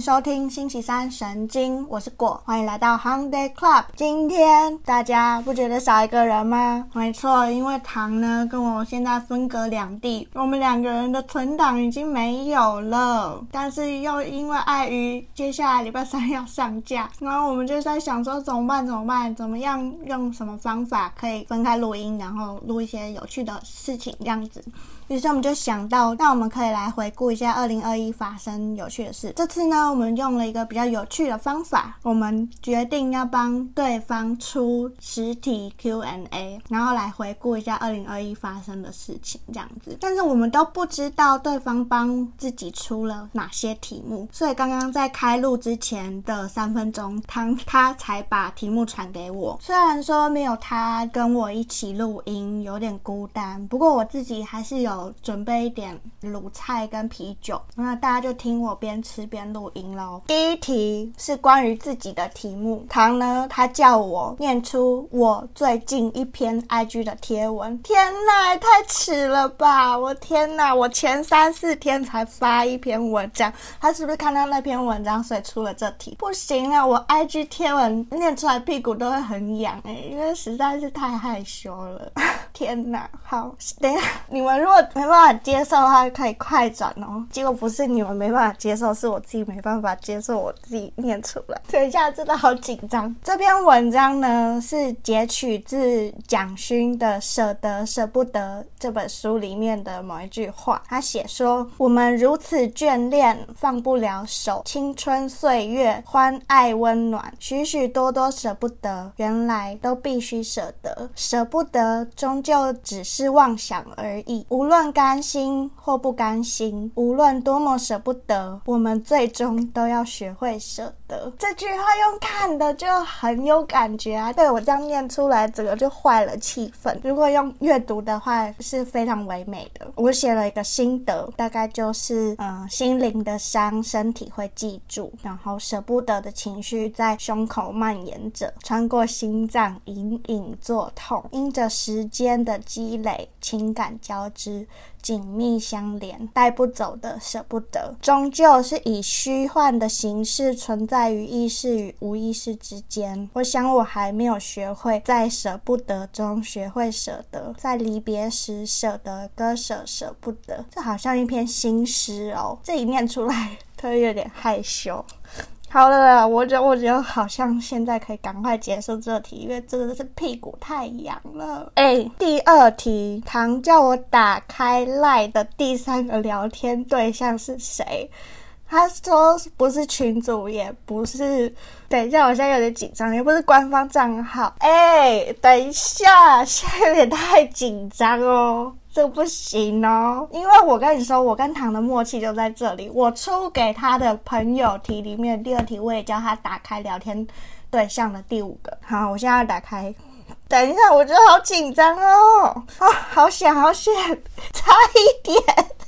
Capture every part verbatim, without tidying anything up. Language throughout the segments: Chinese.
收听星期三神经，我是果，欢迎来到 Hyundai Club。今天大家不觉得少一个人吗？没错，因为唐呢跟我现在分隔两地，我们两个人的存档已经没有了，但是又因为碍于接下来礼拜三要上架，然后我们就在想说怎么办怎么办，怎么样用什么方法可以分开录音，然后录一些有趣的事情这样子。于是我们就想到，那我们可以来回顾一下二零二一发生有趣的事。这次呢，我们用了一个比较有趣的方法，我们决定要帮对方出实体 Q and A， 然后来回顾一下二零二一发生的事情这样子。但是我们都不知道对方帮自己出了哪些题目，所以刚刚在开录之前的三分钟，他他才把题目传给我。虽然说没有他跟我一起录音，有点孤单，不过我自己还是有准备一点卤菜跟啤酒，那大家就听我边吃边录音咯。第一题是关于自己的题目，唐呢他叫我念出我最近一篇 I G 的贴文。天哪，也太迟了吧，我天哪，我前三四天才发一篇文章，他是不是看到那篇文章所以出了这题？不行啊，我 I G 贴文念出来屁股都会很痒欸，因为实在是太害羞了。天哪，好，等一下，你们如果没办法接受的话可以快转哦。结果不是你们没办法接受，是我自己没办法接受我自己念出来。等一下，真的好紧张。这篇文章呢是截取自蒋勋的《舍得舍不得》这本书里面的某一句话，他写说：我们如此眷恋，放不了手，青春岁月欢爱温暖，许许多多舍不得，原来都必须舍得，舍不得终究只是妄想而已。无论甘心或不甘心，无论多么舍不得，我们最终都要学会舍得。这句话用看的就很有感觉啊，对，我这样念出来整个就坏了气氛。如果用阅读的话是非常唯美的。我写了一个心得，大概就是嗯，心灵的伤身体会记住，然后舍不得的情绪在胸口蔓延着，穿过心脏隐隐作痛，因着时间的积累，情感交织紧密相连，带不走的舍不得，终究是以虚幻的形式存在于意识与无意识之间。我想我还没有学会在舍不得中学会舍得，在离别时舍得割舍舍不得。这好像一篇新诗哦，自己念出来都有点害羞。好了，我觉得我觉得好像现在可以赶快结束这题，因为真的是屁股太痒了。哎，第二题，唐叫我打开 LINE 的第三个聊天对象是谁？他说不是群组，也不是，等一下，我现在有点紧张，也不是官方账号。哎，等一下，现在有点太紧张哦。这个不行哦，因为我跟你说，我跟唐的默契就在这里。我出给他的朋友题里面第二题，我也叫他打开聊天对象的第五个。好，我现在要打开。等一下，我觉得好紧张哦，啊，好险好险，差一点。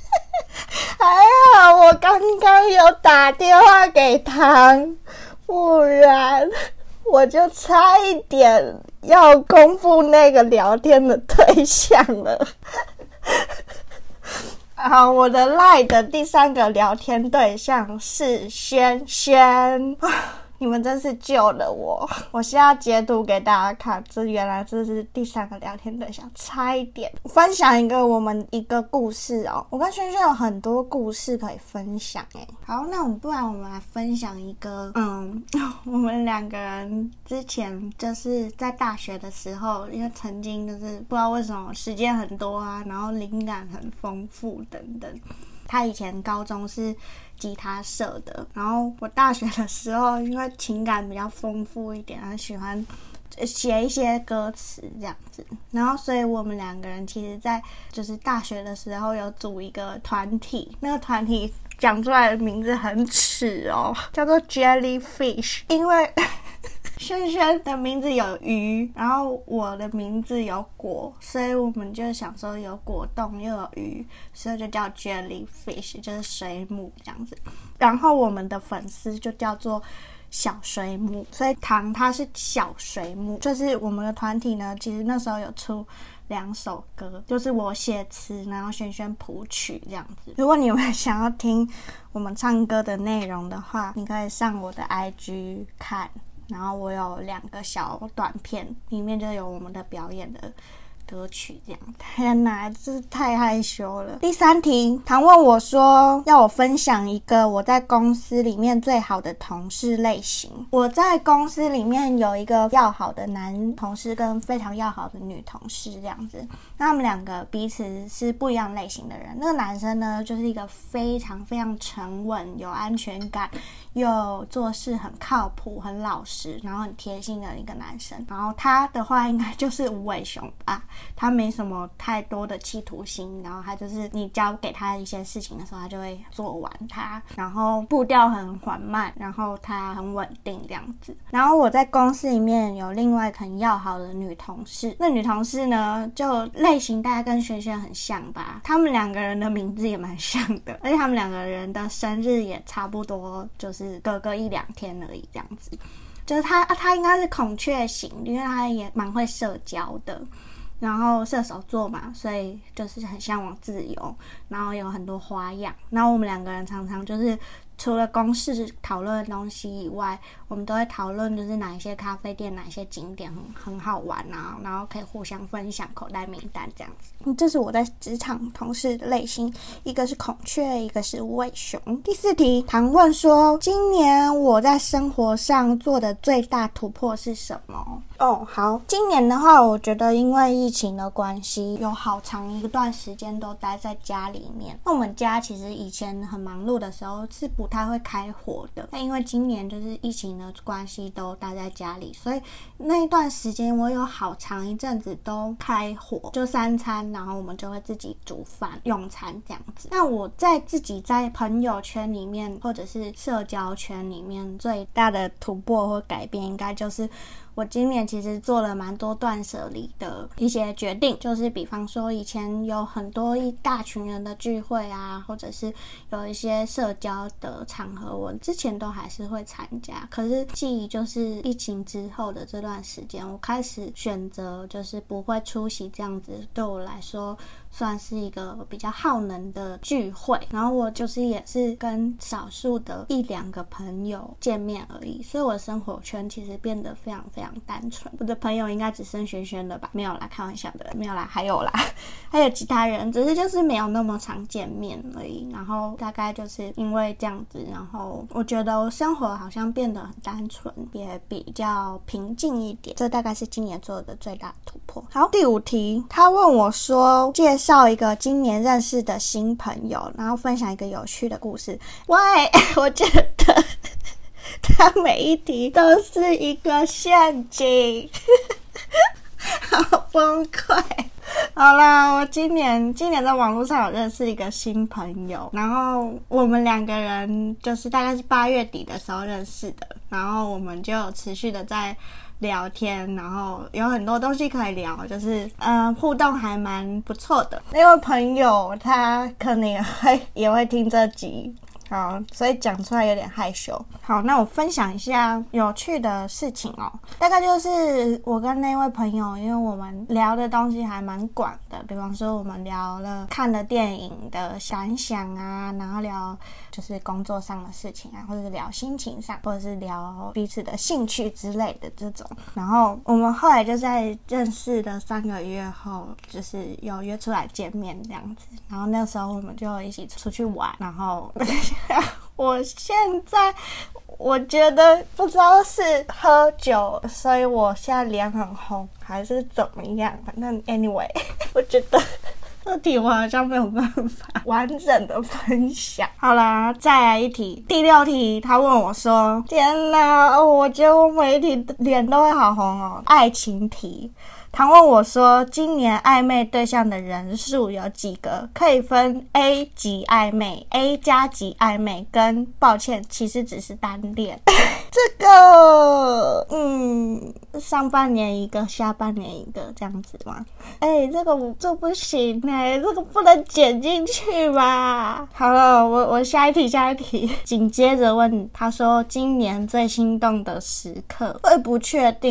还好我刚刚有打电话给唐，不然我就差一点要公布那个聊天的对象了。好，我的 LINE 的第三个聊天对象是轩轩。你们真是救了我，我是要截图给大家看，这原来这是第三个聊天对象，差一点。分享一个我们一个故事哦，我跟轩轩有很多故事可以分享诶。好，那我们不然我们来分享一个，嗯，我们两个人之前就是在大学的时候，因为曾经就是不知道为什么时间很多啊，然后灵感很丰富等等。他以前高中是吉他社的，然后我大学的时候因为情感比较丰富一点，很喜欢写一些歌词这样子，然后所以我们两个人其实在就是大学的时候有组一个团体，那个团体讲出来的名字很耻哦，叫做 Jellyfish， 因为轩轩的名字有鱼，然后我的名字有果，所以我们就想说有果冻又有鱼，所以就叫 Jellyfish， 就是水母这样子。然后我们的粉丝就叫做小水母，所以唐他是小水母。就是我们的团体呢，其实那时候有出两首歌，就是我写词，然后萱萱谱曲这样子。如果你们想要听我们唱歌的内容的话，你可以上我的 I G 看，然后我有两个小短片，里面就有我们的表演的歌曲这样。天哪，这太害羞了。第三题，唐问我说要我分享一个我在公司里面最好的同事类型。我在公司里面有一个要好的男同事跟非常要好的女同事这样子，那他们两个彼此是不一样类型的人。那个男生呢，就是一个非常非常沉稳、有安全感，又做事很靠谱、很老实，然后很贴心的一个男生。然后他的话应该就是无尾熊吧，他没什么太多的企图心，然后他就是你交给他一些事情的时候，他就会做完它，然后步调很缓慢，然后他很稳定这样子。然后我在公司里面有另外很要好的女同事，那女同事呢就类型大概跟萱萱很像吧，他们两个人的名字也蛮像的，而且他们两个人的生日也差不多，就是隔个一两天而已这样子。就是他他应该是孔雀型，因为他也蛮会社交的，然后射手座嘛，所以就是很向往自由，然后有很多花样。然后我们两个人常常就是除了公事讨论的东西以外，我们都会讨论就是哪一些咖啡店、哪一些景点很很好玩啊，然后可以互相分享口袋名单这样子。这是我在职场同事的类型，一个是孔雀，一个是无尾熊。第四题，唐问说今年我在生活上做的最大突破是什么？哦，好，今年的话，我觉得因为疫情的关系，有好长一段时间都待在家里面。那我们家其实以前很忙碌的时候是不太会开火的，但因为今年就是疫情的关系都待在家里，所以那一段时间我有好长一阵子都开火，就三餐，然后我们就会自己煮饭用餐这样子。那我在自己在朋友圈里面或者是社交圈里面最大的突破或改变，应该就是我今年其实做了蛮多断舍离的一些决定，就是比方说以前有很多一大群人的聚会啊，或者是有一些社交的场合，我之前都还是会参加，可是继就是疫情之后的这段时间，我开始选择就是不会出席这样子，对我来说算是一个比较耗能的聚会，然后我就是也是跟少数的一两个朋友见面而已，所以我的生活圈其实变得非常非常单纯。我的朋友应该只剩萱萱了吧？没有啦，开玩笑的，没有啦，还有啦，还有其他人，只是就是没有那么常见面而已。然后大概就是因为这样子，然后我觉得我生活好像变得很单纯，也比较平静一点。这大概是今年做的最大的突破。好，第五题，他问我说介绍一个今年认识的新朋友，然后分享一个有趣的故事。喂，我觉得他每一题都是一个陷阱好崩溃。好啦，我今年今年在网络上有认识一个新朋友，然后我们两个人就是大概是八月底的时候认识的，然后我们就有持续的在聊天，然后有很多东西可以聊，就是呃互动还蛮不错的。那位朋友他可能也会也会听这集，好，所以讲出来有点害羞。好，那我分享一下有趣的事情哦。大概就是我跟那位朋友，因为我们聊的东西还蛮广的，比方说我们聊了看了电影的感想啊，然后聊就是工作上的事情啊，或者是聊心情上，或者是聊彼此的兴趣之类的这种。然后我们后来就在认识的三个月后，就是有约出来见面这样子。然后那时候我们就一起出去玩，然后我现在我觉得不知道是喝酒，所以我现在脸很红还是怎么样，反正 anyway 我觉得这题我好像没有办法完整的分享。好啦，再来一题，第六题，他问我说天哪，我觉得我每一题脸都会好红哦。爱情题，他问我说今年暧昧对象的人数有几个，可以分 A 级暧昧 A 加级暧昧跟抱歉其实只是单恋这个嗯上半年一个下半年一个这样子吗？哎、欸，这个我这不行哎、欸，这个不能剪进去吧。好了，我我下一题下一题紧接着问他说今年最心动的时刻，我也不确定哎、欸，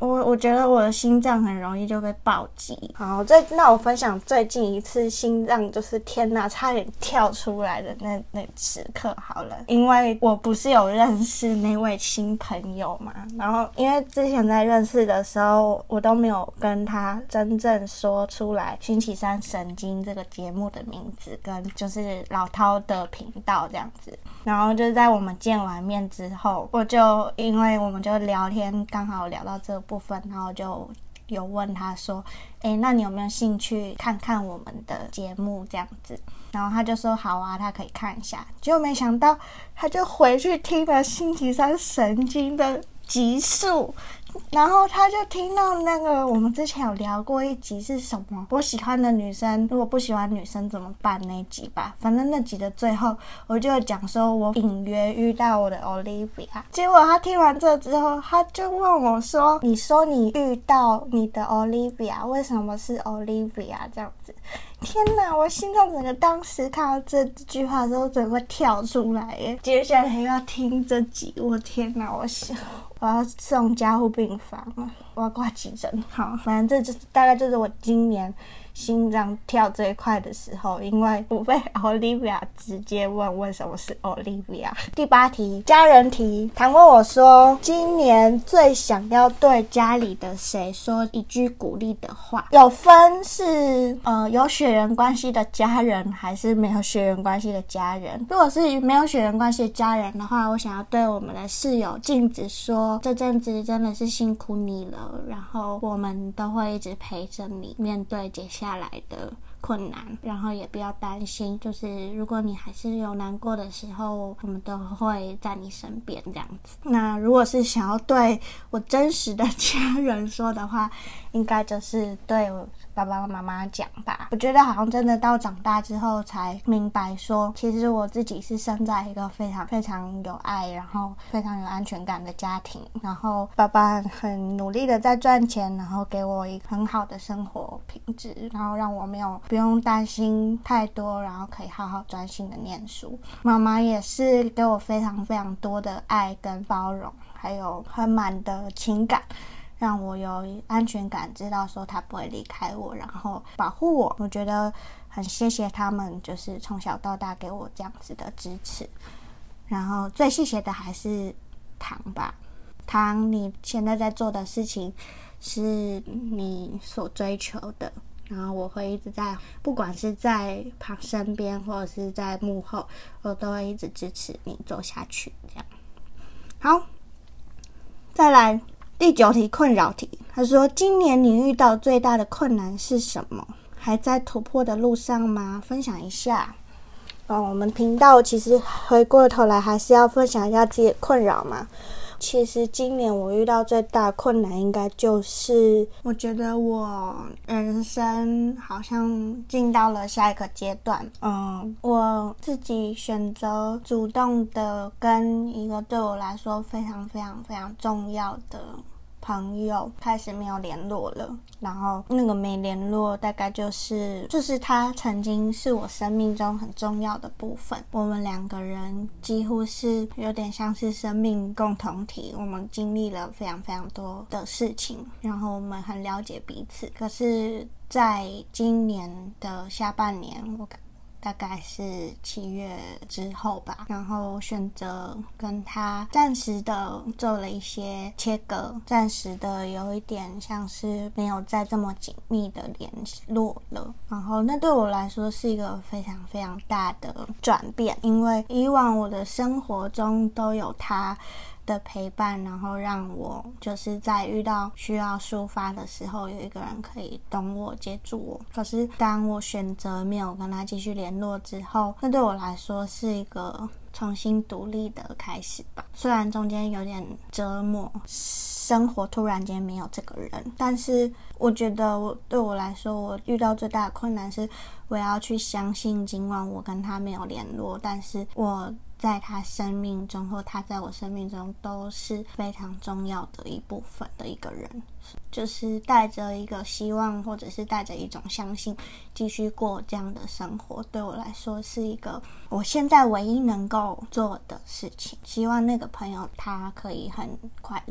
我我觉得我的心脏很容易就被暴击。好，最那我分享最近一次心脏就是天哪，差点跳出来的那那时刻好了。因为我不是有认识那位新朋友嘛，然后因为之前在认识的时候，我都没有跟他真正说出来星期三神经这个节目的名字跟就是老饕的频道这样子。然后就在我们见完面之后，我就因为我们就聊天刚好聊到这个部分，然后就有问他说诶，那你有没有兴趣看看我们的节目这样子。然后他就说好啊，他可以看一下。结果没想到他就回去听了星期三神经的集数，然后他就听到那个我们之前有聊过一集是什么我喜欢的女生如果不喜欢女生怎么办那一集吧。反正那集的最后我就讲说我隐约遇到我的 Olivia， 结果他听完这之后他就问我说你说你遇到你的 Olivia 为什么是 Olivia 这样子。天哪，我心脏整个当时看到这句话的时候整个跳出来耶。接下来又要听这集，我天哪，我想我要送加护病房了，我要挂急诊。好，反正这就是大概就是我今年心脏跳最快的时候，因为我被 Olivia 直接问为什么是 Olivia。 第八题，家人题。唐问我说今年最想要对家里的谁说一句鼓励的话，有分是呃有血缘关系的家人还是没有血缘关系的家人。如果是没有血缘关系的家人的话，我想要对我们的室友静子说这阵子真的是辛苦你了，然后我们都会一直陪着你面对接下来的困难，然后也不要担心，就是如果你还是有难过的时候，我们都会在你身边这样子。那如果是想要对我真实的家人说的话，应该就是对我爸爸妈妈讲吧。我觉得好像真的到长大之后才明白说，其实我自己是生在一个非常非常有爱然后非常有安全感的家庭，然后爸爸很努力的在赚钱，然后给我一个很好的生活品质，然后让我没有不用担心太多，然后可以好好专心的念书。妈妈也是给我非常非常多的爱跟包容，还有很满的情感，让我有安全感，知道说他不会离开我，然后保护我。我觉得很谢谢他们，就是从小到大给我这样子的支持。然后最谢谢的还是唐吧。唐，你现在在做的事情是你所追求的，然后我会一直在，不管是在旁身边或者是在幕后，我都会一直支持你做下去这样。好，再来第九题，困扰题。他说今年你遇到最大的困难是什么？还在突破的路上吗？分享一下。嗯，我们频道其实回过头来还是要分享一下自己的困扰嘛。其实今年我遇到最大的困难应该就是我觉得我人生好像进到了下一个阶段。嗯，我自己选择主动的跟一个对我来说非常非常非常重要的朋友开始没有联络了，然后那个没联络大概就是就是他曾经是我生命中很重要的部分，我们两个人几乎是有点像是生命共同体，我们经历了非常非常多的事情，然后我们很了解彼此。可是在今年的下半年，我大概是七月之后吧，然后选择跟他暂时的做了一些切割，暂时的有一点像是没有再这么紧密的联络了。然后那对我来说是一个非常非常大的转变，因为以往我的生活中都有他的陪伴，然后让我就是在遇到需要抒发的时候有一个人可以懂我接住我。可是当我选择没有跟他继续联络之后，那对我来说是一个重新独立的开始吧。虽然中间有点折磨，生活突然间没有这个人，但是我觉得我对我来说我遇到最大的困难是我要去相信尽管我跟他没有联络，但是我在他生命中或他在我生命中都是非常重要的一部分的一个人，就是带着一个希望或者是带着一种相信继续过这样的生活，对我来说是一个我现在唯一能够做的事情。希望那个朋友他可以很快乐，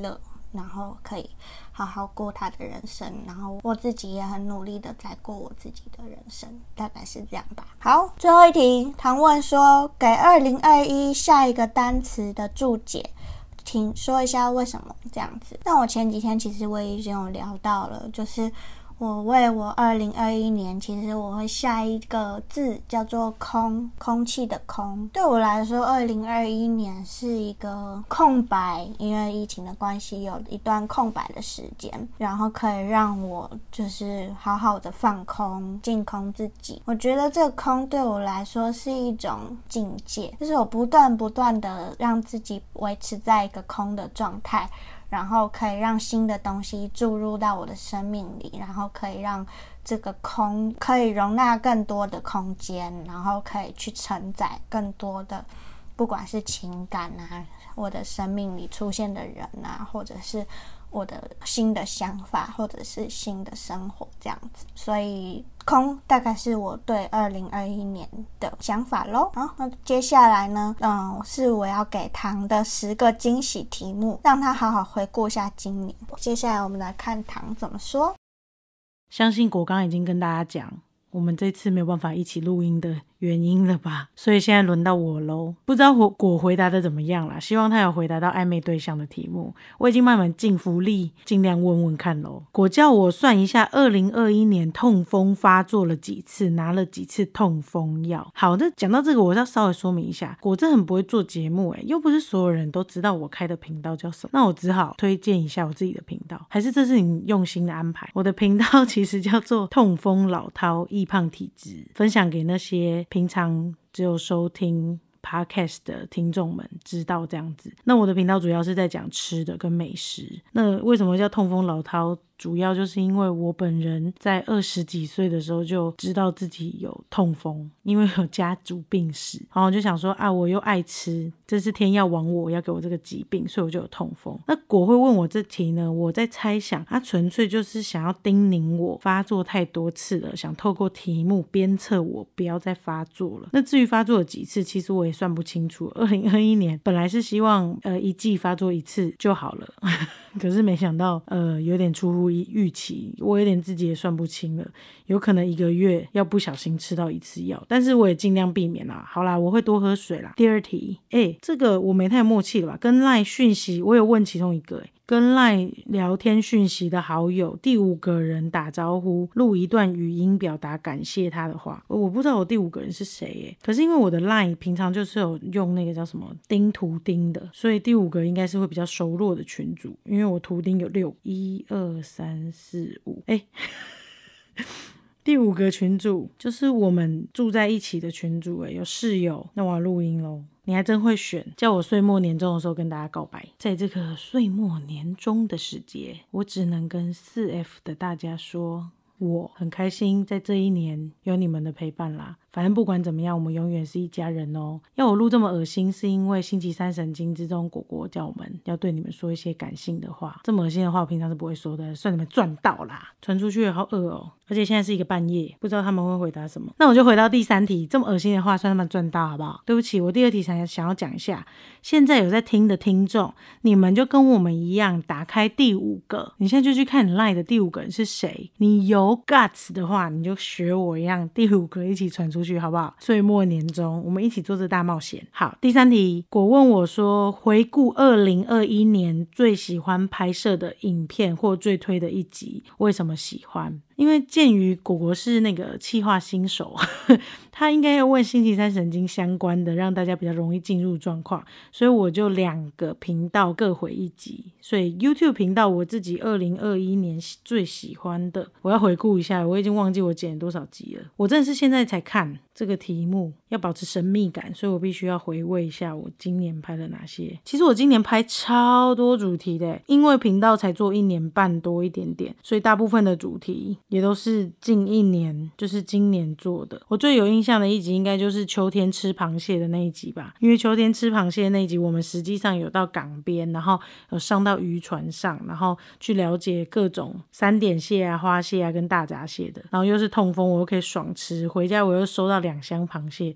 然后可以好好过他的人生，然后我自己也很努力的在过我自己的人生，大概是这样吧。好，最后一题，唐问说给二零二一下一个单词的注解，请说一下为什么这样子。那我前几天其实我已经有聊到了，就是我为我二零二一年，其实我会下一个字叫做空，空气的空。对我来说二零二一年是一个空白，因为疫情的关系有一段空白的时间，然后可以让我就是好好的放空，净空自己。我觉得这个空对我来说是一种境界，就是我不断不断的让自己维持在一个空的状态，然后可以让新的东西注入到我的生命里，然后可以让这个空可以容纳更多的空间，然后可以去承载更多的不管是情感啊，我的生命里出现的人啊，或者是我的新的想法，或者是新的生活这样子。所以空大概是我对二零二一年的想法咯。好，那接下来呢嗯，是我要给唐的十个惊喜题目，让他好好回顾一下今年。接下来我们来看唐怎么说。 相信果刚已经跟大家讲我们这次没有办法一起录音的原因了吧，所以现在轮到我咯。不知道果回答的怎么样啦，希望他有回答到暧昧对象的题目，我已经慢慢尽福利尽量问问看咯。果叫我算一下二零二一年痛风发作了几次，拿了几次痛风药。好的，讲到这个我要稍微说明一下，果真很不会做节目诶，又不是所有人都知道我开的频道叫什么，那我只好推荐一下我自己的频道，还是这是你用心的安排。我的频道其实叫做痛风老饕易胖体质，分享给那些平常只有收听 podcast 的听众们知道这样子。那我的频道主要是在讲吃的跟美食。那为什么叫痛风老饕？主要就是因为我本人在二十几岁的时候就知道自己有痛风，因为有家族病史，然后我就想说啊，我又爱吃，这是天要亡我，要给我这个疾病，所以我就有痛风。那果会问我这题呢，我在猜想他纯粹就是想要叮咛我发作太多次了，想透过题目鞭策我不要再发作了。那至于发作了几次，其实我也算不清楚。二零二一年本来是希望呃一季发作一次就好了可是没想到呃有点出乎预期，我有点自己也算不清了，有可能一个月要不小心吃到一次药，但是我也尽量避免啦。好啦，我会多喝水啦。第二题，诶这个我没太默契了吧，跟 LINE 讯息我有问其中一个，诶跟 LINE 聊天讯息的好友第五个人打招呼，录一段语音表达感谢他的话。我不知道我第五个人是谁耶，可是因为我的 LINE 平常就是有用那个叫什么钉图钉的，所以第五个应该是会比较熟络的群组，因为我图钉有六一二三四五诶第五个群组就是我们住在一起的群组，有室友。那我要录音咯，你还真会选，叫我岁末年终的时候跟大家告白。在这个岁末年终的时节，我只能跟 四 F 的大家说，我很开心在这一年有你们的陪伴啦。反正不管怎么样，我们永远是一家人哦。要我录这么恶心，是因为星期三神经之中果果叫我们要对你们说一些感性的话。这么恶心的话我平常是不会说的，算你们赚到啦。传出去好恶哦，而且现在是一个半夜，不知道他们会回答什么。那我就回到第三题，这么恶心的话算他们赚到好不好？对不起，我第二题想想要讲一下，现在有在听的听众，你们就跟我们一样打开第五个，你现在就去看你 LINE 的第五个人是谁。你有 guts 的话，你就学我一样，第五个一起传出去好不好？岁末年终我们一起做这大冒险。好，第三题，果问我说回顾二零二一年最喜欢拍摄的影片或最推的一集，为什么喜欢？因为鉴于果果是那个企划新手他应该要问星期三神经相关的，让大家比较容易进入状况，所以我就两个频道各回一集。所以 YouTube 频道我自己二零二一年最喜欢的，我要回顾一下，我已经忘记我剪了多少集了，我真的是现在才看这个题目，要保持神秘感，所以我必须要回味一下我今年拍了哪些。其实我今年拍超多主题的，因为频道才做一年半多一点点，所以大部分的主题也都是近一年，就是今年做的。我最有印象的一集应该就是秋天吃螃蟹的那一集吧，因为秋天吃螃蟹的那一集我们实际上有到港边，然后有上到渔船上，然后去了解各种三点蟹啊、花蟹啊跟大闸蟹的，然后又是痛风我又可以爽吃，回家我又收到两箱螃蟹，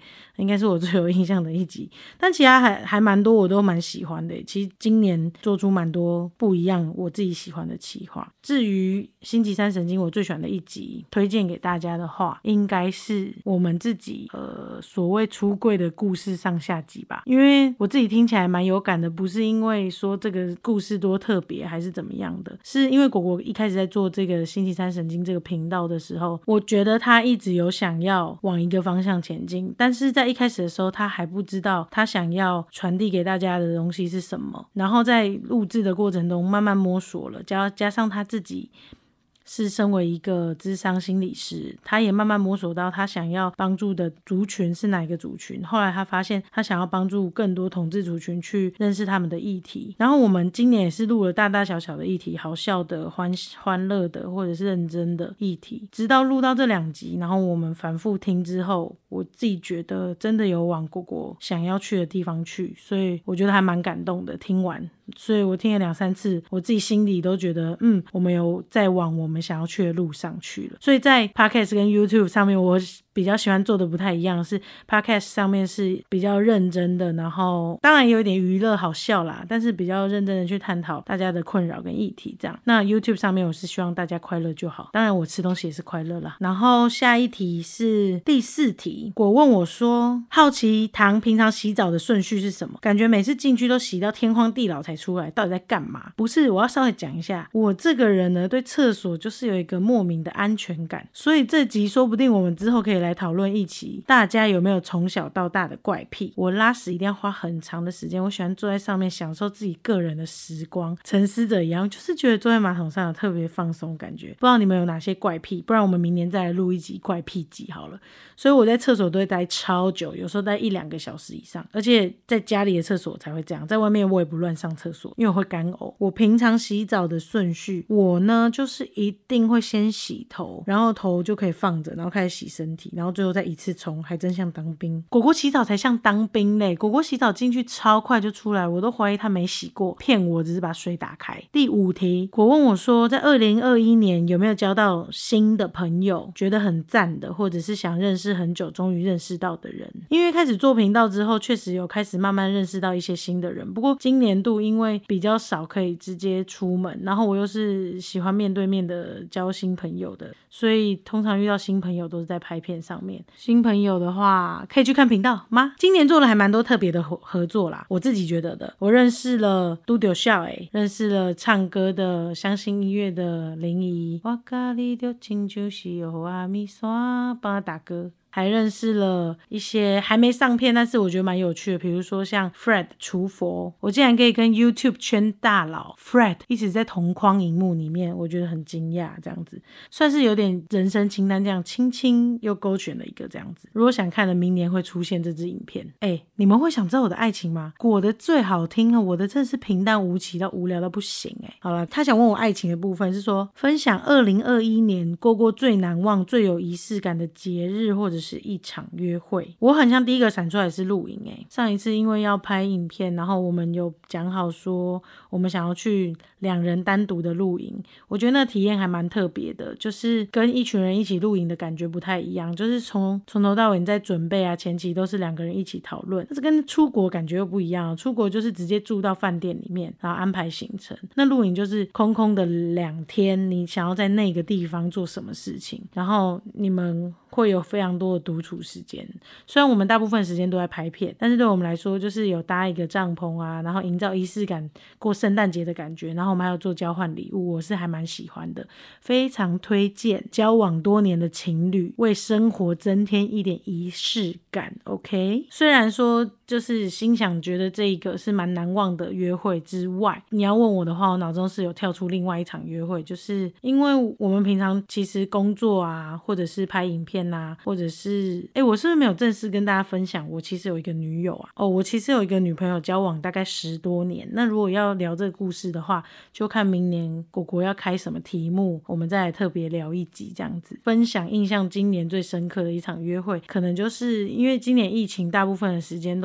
应该是我最有印象的一集，但其他还还蛮多我都蛮喜欢的。其实今年做出蛮多不一样我自己喜欢的企划。至于星期三神经我最喜欢的一集推荐给大家的话，应该是我们自己呃所谓出柜的故事上下集吧，因为我自己听起来蛮有感的，不是因为说这个故事多特别还是怎么样的，是因为果果一开始在做这个星期三神经这个频道的时候，我觉得他一直有想要往一个方向前进，但是在一开始的时候他还不知道他想要传递给大家的东西是什么，然后在录制的过程中慢慢摸索了，加加上他自己是身为一个諮商心理师，他也慢慢摸索到他想要帮助的族群是哪一个族群，后来他发现他想要帮助更多同志族群去认识他们的议题，然后我们今年也是录了大大小小的议题，好笑的、欢欢乐的或者是认真的议题，直到录到这两集，然后我们反复听之后，我自己觉得真的有往果果想要去的地方去，所以我觉得还蛮感动的，听完所以我听了两三次，我自己心里都觉得嗯，我们有在往我们想要去的路上去了。所以在 Podcast 跟 YouTube 上面，我比较喜欢做的不太一样，是 Podcast 上面是比较认真的，然后当然有一点娱乐好笑啦，但是比较认真的去探讨大家的困扰跟议题这样。那 YouTube 上面我是希望大家快乐就好，当然我吃东西也是快乐啦。然后下一题是第四题，我问我说好奇唐平常洗澡的顺序是什么，感觉每次进去都洗到天荒地老才出来，到底在干嘛？不是，我要稍微讲一下，我这个人呢对厕所就是有一个莫名的安全感，所以这集说不定我们之后可以来讨论一起大家有没有从小到大的怪癖。我拉屎一定要花很长的时间，我喜欢坐在上面享受自己个人的时光，沉思者一样，就是觉得坐在马桶上有特别放松感觉。不知道你们有哪些怪癖，不然我们明年再来录一集怪癖集好了。所以我在厕所都会待超久，有时候待一两个小时以上，而且在家里的厕所才会这样，在外面我也不乱上厕所，因为我会干呕。我平常洗澡的顺序，我呢就是一定会先洗头，然后头就可以放着，然后开始洗身体，然后最后再一次冲，还真像当兵。果果洗澡才像当兵嘞，果果洗澡进去超快就出来，我都怀疑他没洗过，骗我，只是把水打开。第五题，果问我说在二零二一年有没有交到新的朋友，觉得很赞的，或者是想认识很久终于认识到的人。因为开始做频道之后，确实有开始慢慢认识到一些新的人，不过今年度因为比较少可以直接出门，然后我又是喜欢面对面的交新朋友的，所以通常遇到新朋友都是在拍片上面。新朋友的话可以去看频道吗？今年做了还蛮多特别的合作啦，我自己觉得的。我认识了都丢笑诶，认识了唱歌的相信音乐的林怡，我跟你就亲就是有阿米刷，帮他打歌。还认识了一些还没上片但是我觉得蛮有趣的，比如说像 Fred 厨佛，我竟然可以跟 YouTube 圈大佬 Fred 一起在同框荧幕里面，我觉得很惊讶，这样子算是有点人生清单这样轻轻又勾选了一个这样子。如果想看的明年会出现这支影片。哎，你们会想知道我的爱情吗？我的最好听啊，我的真的是平淡无奇到无聊到不行哎。好了，他想问我爱情的部分是说分享二零二一年过过最难忘最有仪式感的节日或者是一场约会。我很像第一个闪出来是露营诶，上一次因为要拍影片，然后我们有讲好说我们想要去两人单独的露营，我觉得那体验还蛮特别的，就是跟一群人一起露营的感觉不太一样，就是从从头到尾你在准备啊，前期都是两个人一起讨论，但是跟出国感觉又不一样，出国就是直接住到饭店里面然后安排行程，那露营就是空空的两天，你想要在那个地方做什么事情，然后你们会有非常多的独处时间。虽然我们大部分时间都在拍片，但是对我们来说就是有搭一个帐篷啊，然后营造仪式感，过圣诞节的感觉，然后我们还有做交换礼物，我是还蛮喜欢的，非常推荐交往多年的情侣为生活增添一点仪式感。 OK， 虽然说就是心想觉得这一个是蛮难忘的约会之外，你要问我的话，我脑中是有跳出另外一场约会，就是因为我们平常其实工作啊，或者是拍影片啊，或者是诶我是不是没有正式跟大家分享我其实有一个女友啊？哦，我其实有一个女朋友，交往大概十多年。那如果要聊这个故事的话，就看明年果果要开什么题目，我们再来特别聊一集这样子，分享印象今年最深刻的一场约会。可能就是因为今年疫情大部分的时间都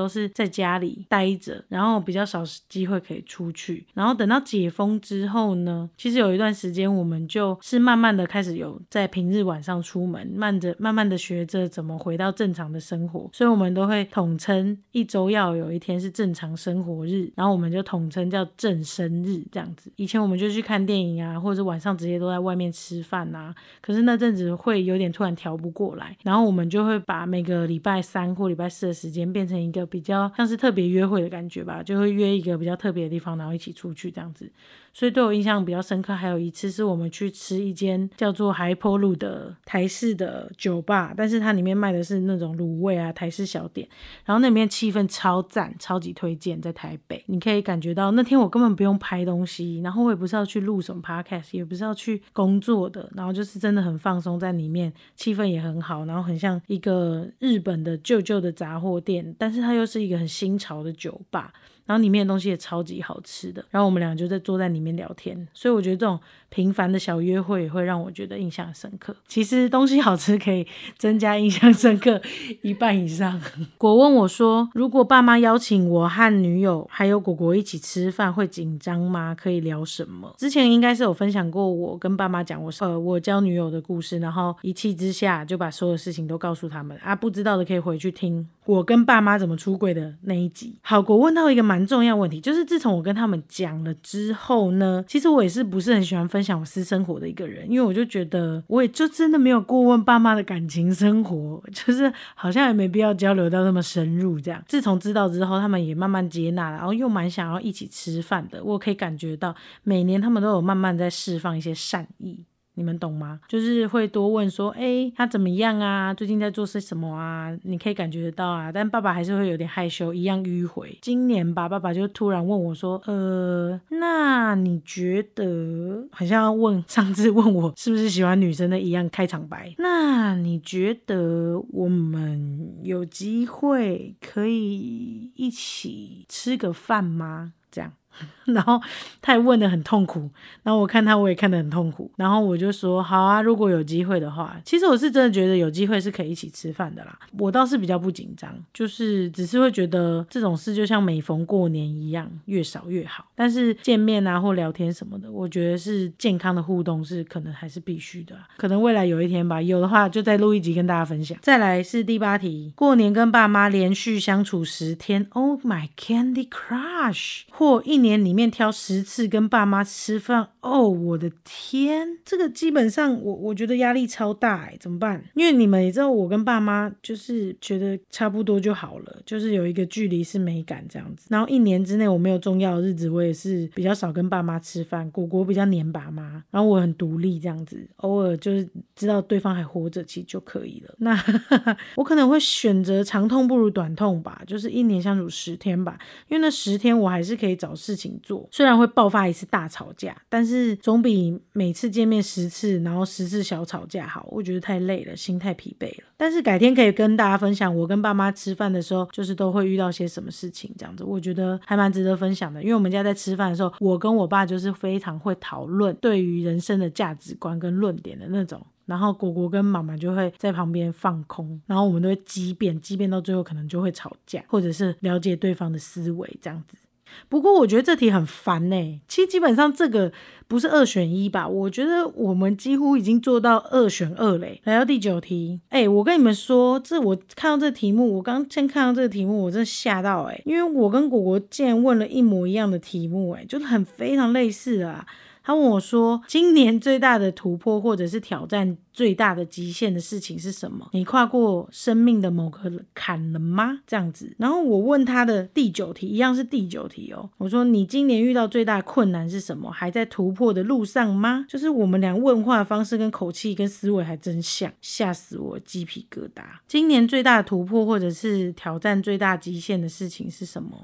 是在家里待着，然后比较少机会可以出去。然后等到解封之后呢，其实有一段时间我们就是慢慢的开始有在平日晚上出门，慢着慢慢的学着怎么回到正常的生活，所以我们都会统称一周要有一天是正常生活日，然后我们就统称叫正生日这样子。以前我们就去看电影啊，或者是晚上直接都在外面吃饭啊，可是那阵子会有点突然调不过来，然后我们就会把每个礼拜三或礼拜四的时间变成一个比较像是特别约会的感觉吧，就会约一个比较特别的地方，然后一起出去这样子。所以对我印象比较深刻还有一次是我们去吃一间叫做海坡路的台式的酒吧，但是它里面卖的是那种卤味啊台式小点，然后那里面气氛超赞，超级推荐，在台北你可以感觉到那天我根本不用拍东西，然后我也不是要去录什么 podcast， 也不是要去工作的，然后就是真的很放松在里面，气氛也很好，然后很像一个日本的旧旧的杂货店，但是它又是一个很新潮的酒吧，然后里面的东西也超级好吃的，然后我们俩就在坐在里面聊天，所以我觉得这种平凡的小约会也会让我觉得印象深刻。其实东西好吃可以增加印象深刻一半以上。果问我说，如果爸妈邀请我和女友还有果果一起吃饭会紧张吗？可以聊什么？之前应该是有分享过我跟爸妈讲我呃我交女友的故事，然后一气之下就把所有事情都告诉他们啊，不知道的可以回去听我跟爸妈怎么出柜的那一集。好，果问到一个蛮重要的问题，就是自从我跟他们讲了之后呢，其实我也是不是很喜欢分享我私生活的一个人，因为我就觉得我也就真的没有过问爸妈的感情生活，就是好像也没必要交流到那么深入这样。自从知道之后，他们也慢慢接纳了，然后又蛮想要一起吃饭的，我可以感觉到每年他们都有慢慢在释放一些善意，你们懂吗？就是会多问说，哎，他怎么样啊？最近在做些什么啊？你可以感觉得到啊，但爸爸还是会有点害羞，一样迂回。今年吧，爸爸就突然问我说，呃，那你觉得，好像要问上次问我是不是喜欢女生的一样开场白，那你觉得我们有机会可以一起吃个饭吗？这样。然后他也问得很痛苦，然后我看他我也看得很痛苦，然后我就说好啊，如果有机会的话，其实我是真的觉得有机会是可以一起吃饭的啦，我倒是比较不紧张，就是只是会觉得这种事就像每逢过年一样，越少越好，但是见面啊或聊天什么的，我觉得是健康的互动是可能还是必须的啦，可能未来有一天吧，有的话就再录一集跟大家分享。再来是第八题，过年跟爸妈连续相处十天 Oh my Candy Crush， 或一年里面挑十次跟爸妈吃饭，哦，我的天，这个基本上我我觉得压力超大哎，怎么办？因为你们也知道我跟爸妈就是觉得差不多就好了，就是有一个距离是美感这样子，然后一年之内我没有重要的日子，我也是比较少跟爸妈吃饭，果果比较黏爸妈，然后我很独立这样子，偶尔就是知道对方还活着其实就可以了。那我可能会选择长痛不如短痛吧，就是一年相处十天吧，因为那十天我还是可以找事情做，虽然会爆发一次大吵架，但是总比每次见面十次然后十次小吵架好，我觉得太累了，心太疲惫了。但是改天可以跟大家分享我跟爸妈吃饭的时候就是都会遇到些什么事情这样子，我觉得还蛮值得分享的。因为我们家在吃饭的时候，我跟我爸就是非常会讨论对于人生的价值观跟论点的那种，然后果果跟妈妈就会在旁边放空，然后我们都会激辩，激辩到最后可能就会吵架，或者是了解对方的思维这样子。不过我觉得这题很烦欸，其实基本上这个不是二选一吧，我觉得我们几乎已经做到二选二嘞。来到第九题，哎、欸，我跟你们说，这我看到这题目，我刚先看到这个题目我真的吓到哎、欸，因为我跟果果竟然问了一模一样的题目哎、欸，就是很非常类似啊。他问我说，今年最大的突破或者是挑战最大的极限的事情是什么？你跨过生命的某个坎了吗？这样子。然后我问他的第九题，一样是第九题哦。我说你今年遇到最大的困难是什么？还在突破的路上吗？就是我们俩问话的方式跟口气跟思维还真像，吓死我鸡皮疙瘩。今年最大的突破或者是挑战最大极限的事情是什么？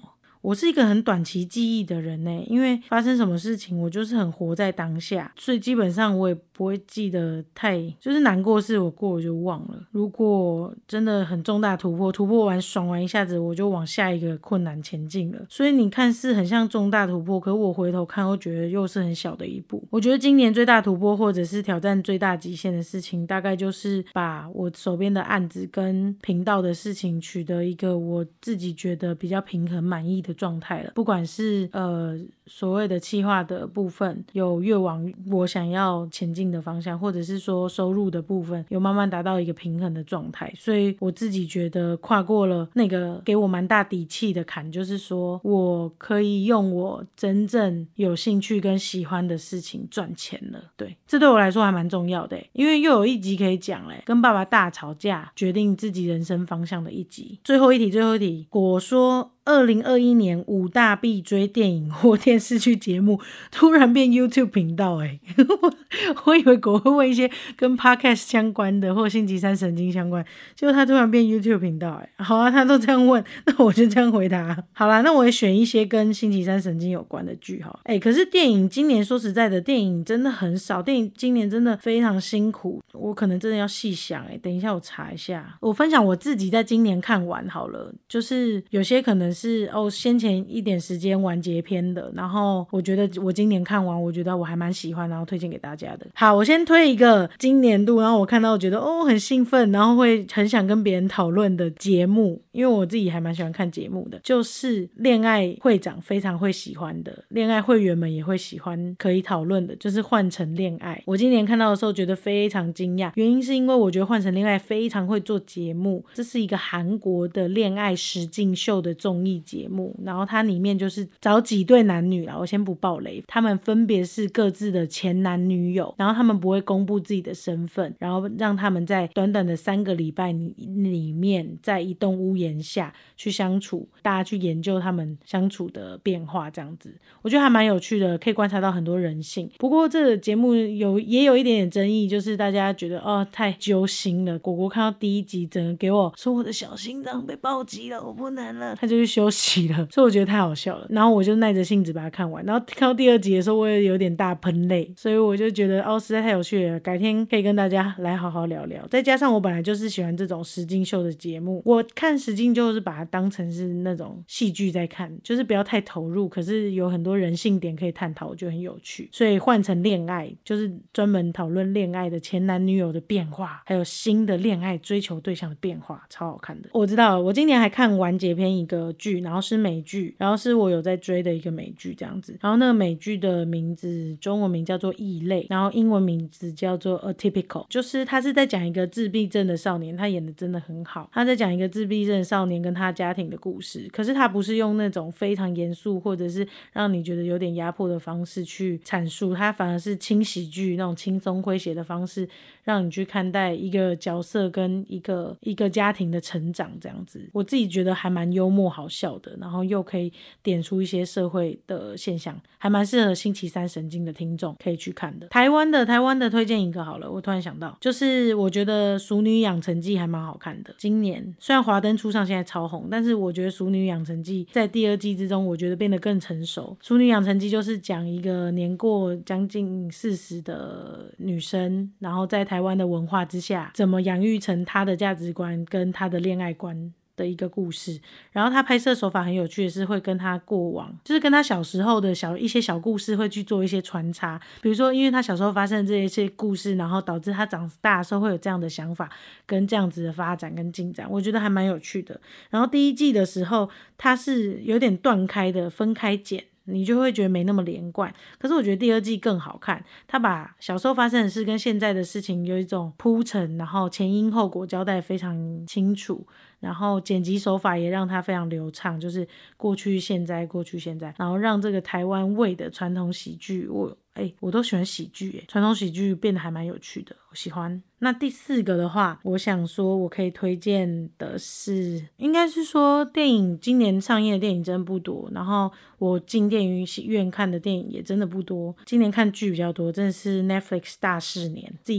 我是一个很短期记忆的人呢，因为发生什么事情我就是很活在当下，所以基本上我也不会记得太，就是难过事我过我就忘了。如果真的很重大突破，突破完爽完一下子，我就往下一个困难前进了。所以你看似很像重大突破，可我回头看我觉得又是很小的一步。我觉得今年最大突破或者是挑战最大极限的事情，大概就是把我手边的案子跟频道的事情取得一个我自己觉得比较平衡满意的状态了。不管是呃所谓的企划的部分有越往我想要前进的方向，或者是说收入的部分有慢慢达到一个平衡的状态，所以我自己觉得跨过了那个给我蛮大底气的坎，就是说我可以用我真正有兴趣跟喜欢的事情赚钱了。对，这对我来说还蛮重要的，因为又有一集可以讲嘞，跟爸爸大吵架决定自己人生方向的一集。最后一题最后一题，我说二零二一年五大必追电影或电视剧节目突然变 YouTube 频道耶我以为我会问一些跟 Podcast 相关的或星期三神经相关，结果他突然变 YouTube 频道耶。好啊，他都这样问，那我就这样回答。好啦，那我也选一些跟星期三神经有关的剧好。哎，可是电影今年说实在的，电影真的很少，电影今年真的非常辛苦，我可能真的要细想。哎，等一下我查一下，我分享我自己在今年看完好了，就是有些可能是哦先前一点时间完结篇的，然后我觉得我今年看完我觉得我还蛮喜欢，然后推荐给大家的。好，我先推一个今年度然后我看到我觉得哦很兴奋，然后会很想跟别人讨论的节目，因为我自己还蛮喜欢看节目的，就是恋爱会长非常会喜欢的，恋爱会员们也会喜欢可以讨论的，就是换乘恋爱。我今年看到的时候觉得非常惊讶，原因是因为我觉得换乘恋爱非常会做节目，这是一个韩国的恋爱实境秀的综艺节目，然后它里面就是找几对男女啦，我先不爆雷，他们分别是各自的前男女友，然后他们不会公布自己的身份，然后让他们在短短的三个礼拜里面在一栋屋檐下去相处，大家去研究他们相处的变化，这样子我觉得还蛮有趣的，可以观察到很多人性。不过这个节目有也有一点点争议，就是大家觉得哦太揪心了，果果看到第一集整个给我说我的小心脏被暴击了，我不能了，他就去休息了，所以我觉得太好笑了，然后我就耐着性子把它看完，然后看到第二集的时候我也有点大喷泪，所以我就觉得哦实在太有趣了，改天可以跟大家来好好聊聊。再加上我本来就是喜欢这种实境秀的节目，我看实境就是把它当成是那种戏剧在看，就是不要太投入，可是有很多人性点可以探讨，我觉得很有趣。所以换成恋爱就是专门讨论恋爱的前男女友的变化，还有新的恋爱追求对象的变化，超好看的。我知道我今年还看完结篇一个剧，然后是美剧，然后是我有在追的一个美剧这样子，然后那个美剧的名字中文名叫做异类，然后英文名字叫做 Atypical， 就是他是在讲一个自闭症的少年，他演的真的很好，他在讲一个自闭症的少年跟他家庭的故事，可是他不是用那种非常严肃或者是让你觉得有点压迫的方式去阐述，他反而是轻喜剧那种轻松诙谐的方式让你去看待一个角色跟一个一个家庭的成长这样子。我自己觉得还蛮幽默好笑的，然后又可以点出一些社会的现象，还蛮适合星期三神经的听众可以去看的。台湾的台湾的推荐一个好了，我突然想到，就是我觉得熟女养成记还蛮好看的。今年虽然华灯初上现在超红，但是我觉得熟女养成记在第二季之中我觉得变得更成熟。熟女养成记就是讲一个年过将近四十的女生，然后在台湾的文化之下怎么养育成她的价值观跟她的恋爱观的一个故事。然后他拍摄手法很有趣的是会跟他过往，就是跟他小时候的小一些小故事会去做一些穿插，比如说因为他小时候发生的这些故事，然后导致他长大的时候会有这样的想法跟这样子的发展跟进展，我觉得还蛮有趣的。然后第一季的时候他是有点断开的分开剪，你就会觉得没那么连贯，可是我觉得第二季更好看，他把小时候发生的事跟现在的事情有一种铺陈，然后前因后果交代非常清楚，然后剪辑手法也让它非常流畅，就是过去现在过去现在，然后让这个台湾味的传统喜剧，我哎，我都喜欢喜剧，传统喜剧变得还蛮有趣的，我喜欢。那第四个的话，我想说我可以推荐的是，应该是说电影今年上映的电影真不多，然后我进电影院看的电影也真的不多，今年看剧比较多，真的是 Netflix 大逝年，自己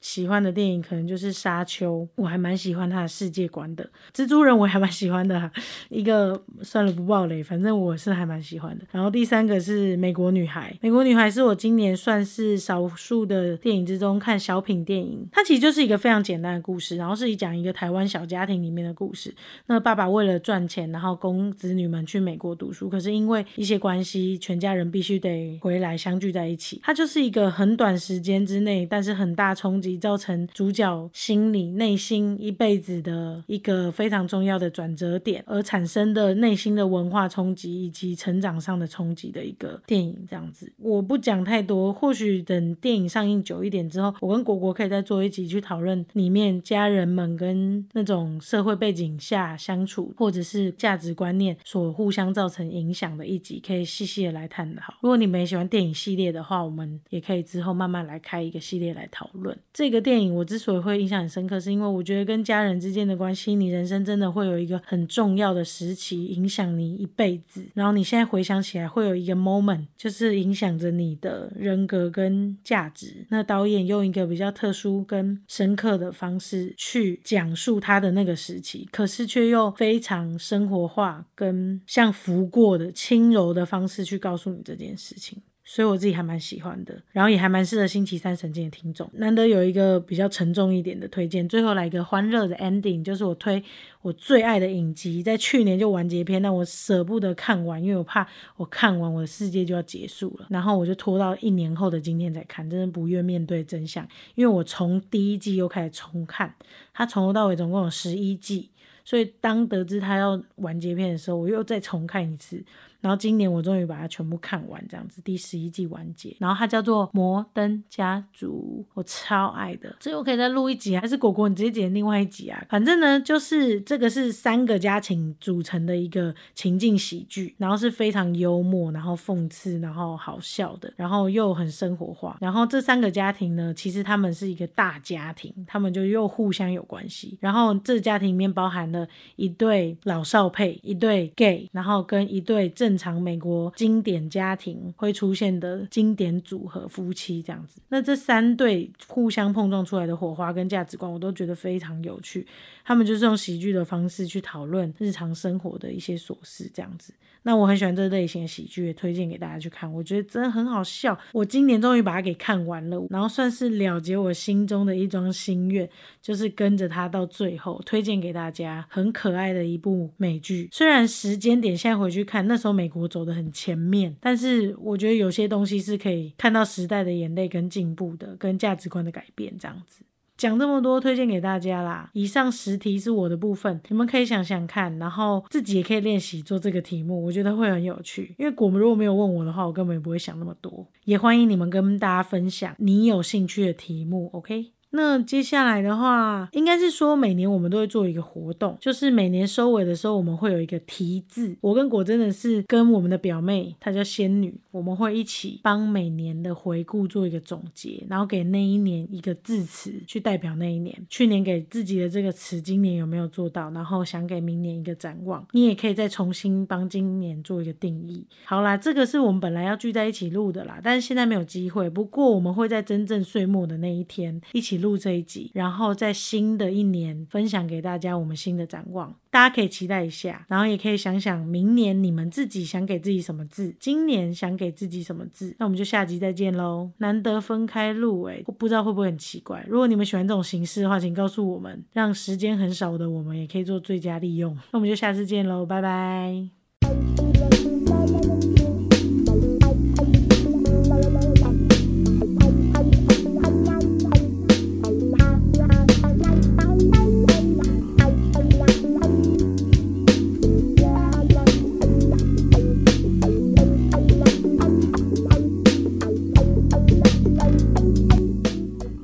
喜欢的电影可能就是沙丘，我还蛮喜欢他的世界观的。蜘蛛人我还蛮喜欢的、啊、一个算了不爆雷，反正我是还蛮喜欢的。然后第三个是美国女孩，美国女孩是我今年算是少数的电影之中看小品电影，它其实就是一个非常简单的故事，然后是讲一个台湾小家庭里面的故事。那爸爸为了赚钱，然后供子女们去美国读书，可是因为一些关系，全家人必须得回来相聚在一起。它就是一个很短时间之内，但是很大冲击，造成主角心理内心一辈子的一个非常重要的转折点，而产生的内心的文化冲击以及成长上的冲击的一个电影。这样子我不讲太多，或许等电影上映久一点之后，我跟果果可以再做一集去讨论里面家人们跟那种社会背景下相处，或者是价值观念所互相造成影响的一集，可以细细的来探讨。如果你们也喜欢电影系列的话，我们也可以之后慢慢来开一个系列来讨论。这个电影我之所以会印象很深刻，是因为我觉得跟家人之间的关系，你人生真的会有一个很重要的时期影响你一辈子，然后你现在回想起来会有一个 moment 就是影响着你的人格跟价值。那导演用一个比较特殊跟深刻的方式去讲述他的那个时期，可是却又非常生活化跟像拂过的轻柔的方式去告诉你这件事情，所以我自己还蛮喜欢的，然后也还蛮适合星期三神经的听众。难得有一个比较沉重一点的推荐，最后来一个欢乐的 ending， 就是我推我最爱的影集，在去年就完结篇，但我舍不得看完，因为我怕我看完我的世界就要结束了，然后我就拖到一年后的今天才看，真的不愿面对真相。因为我从第一季又开始重看，它从头到尾总共有十一季，所以当得知它要完结篇的时候，我又再重看一次，然后今年我终于把它全部看完，这样子第十一季完结。然后它叫做摩登家族，我超爱的，所以我可以再录一集，还是果果你直接剪另外一集啊？反正呢就是这个是三个家庭组成的一个情境喜剧，然后是非常幽默，然后讽刺，然后好笑的，然后又很生活化。然后这三个家庭呢，其实他们是一个大家庭，他们就又互相有关系。然后这个家庭里面包含了一对老少配，一对 gay， 然后跟一对正常美国经典家庭会出现的经典组合夫妻这样子。那这三对互相碰撞出来的火花跟价值观我都觉得非常有趣，他们就是用喜剧的方式去讨论日常生活的一些琐事这样子。那我很喜欢这类型的喜剧，也推荐给大家去看，我觉得真的很好笑。我今年终于把它给看完了，然后算是了结我心中的一桩心愿，就是跟着它到最后，推荐给大家，很可爱的一部美剧。虽然时间点现在回去看，那时候美国走得很前面，但是我觉得有些东西是可以看到时代的眼泪跟进步的，跟价值观的改变这样子。讲这么多推荐给大家啦，以上十题是我的部分，你们可以想想看，然后自己也可以练习做这个题目，我觉得会很有趣。因为果如果没有问我的话，我根本也不会想那么多。也欢迎你们跟大家分享你有兴趣的题目 OK。那接下来的话，应该是说每年我们都会做一个活动，就是每年收尾的时候我们会有一个题字。我跟果真的是跟我们的表妹，她叫仙女，我们会一起帮每年的回顾做一个总结，然后给那一年一个字词去代表那一年。去年给自己的这个词今年有没有做到，然后想给明年一个展望，你也可以再重新帮今年做一个定义。好啦，这个是我们本来要聚在一起录的啦，但是现在没有机会，不过我们会在真正岁末的那一天一起录这一集，然后在新的一年分享给大家我们新的展望，大家可以期待一下，然后也可以想想明年你们自己想给自己什么字，今年想给自己什么字。那我们就下集再见咯。难得分开录诶，不知道会不会很奇怪，如果你们喜欢这种形式的话，请告诉我们，让时间很少的我们也可以做最佳利用。那我们就下次见咯，拜拜。